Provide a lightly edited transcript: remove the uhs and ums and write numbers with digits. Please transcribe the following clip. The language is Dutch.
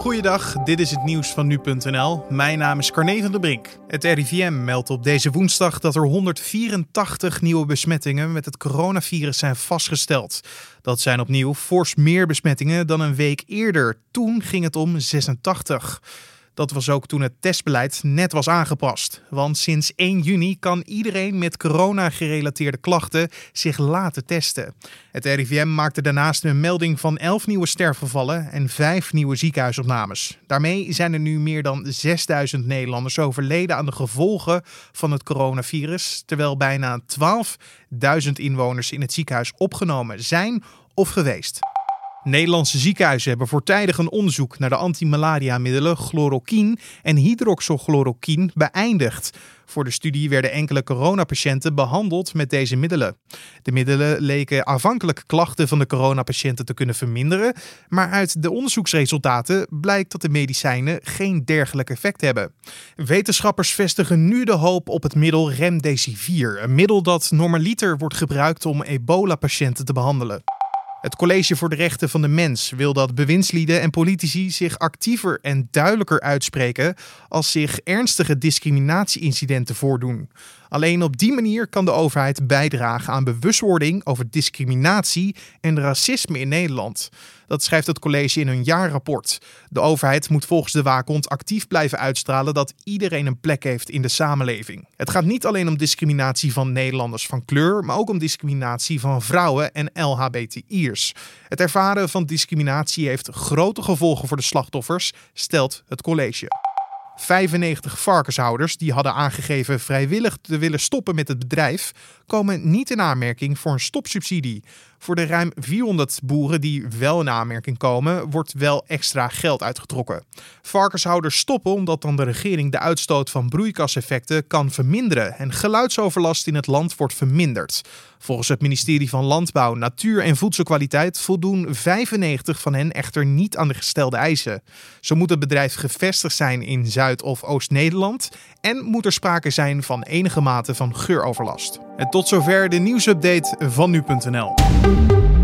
Goeiedag, dit is het nieuws van nu.nl. Mijn naam is Carne van der Brink. Het RIVM meldt op deze woensdag dat er 184 nieuwe besmettingen met het coronavirus zijn vastgesteld. Dat zijn opnieuw fors meer besmettingen dan een week eerder. Toen ging het om 86. Dat was ook toen het testbeleid net was aangepast. Want sinds 1 juni kan iedereen met corona-gerelateerde klachten zich laten testen. Het RIVM maakte daarnaast een melding van 11 nieuwe sterfgevallen en 5 nieuwe ziekenhuisopnames. Daarmee zijn er nu meer dan 6000 Nederlanders overleden aan de gevolgen van het coronavirus, terwijl bijna 12.000 inwoners in het ziekenhuis opgenomen zijn of geweest. Nederlandse ziekenhuizen hebben voortijdig een onderzoek naar de antimalaria-middelen chloroquine en hydroxychloroquine beëindigd. Voor de studie werden enkele coronapatiënten behandeld met deze middelen. De middelen leken aanvankelijk klachten van de coronapatiënten te kunnen verminderen, maar uit de onderzoeksresultaten blijkt dat de medicijnen geen dergelijk effect hebben. Wetenschappers vestigen nu de hoop op het middel Remdesivir, een middel dat normaliter wordt gebruikt om ebola-patiënten te behandelen. Het College voor de Rechten van de Mens wil dat bewindslieden en politici zich actiever en duidelijker uitspreken als zich ernstige discriminatie-incidenten voordoen. Alleen op die manier kan de overheid bijdragen aan bewustwording over discriminatie en racisme in Nederland. Dat schrijft het college in hun jaarrapport. De overheid moet volgens de waakhond actief blijven uitstralen dat iedereen een plek heeft in de samenleving. Het gaat niet alleen om discriminatie van Nederlanders van kleur, maar ook om discriminatie van vrouwen en LHBTI'ers. Het ervaren van discriminatie heeft grote gevolgen voor de slachtoffers, stelt het college. 95 varkenshouders die hadden aangegeven vrijwillig te willen stoppen met het bedrijf, komen niet in aanmerking voor een stopsubsidie. Voor de ruim 400 boeren die wel in aanmerking komen, wordt wel extra geld uitgetrokken. Varkenshouders stoppen omdat dan de regering de uitstoot van broeikaseffecten kan verminderen en geluidsoverlast in het land wordt verminderd. Volgens het ministerie van Landbouw, Natuur en Voedselkwaliteit voldoen 95 van hen echter niet aan de gestelde eisen. Zo moet het bedrijf gevestigd zijn in Zuid- of Oost-Nederland en moet er sprake zijn van enige mate van geuroverlast. En tot zover de nieuwsupdate van nu.nl.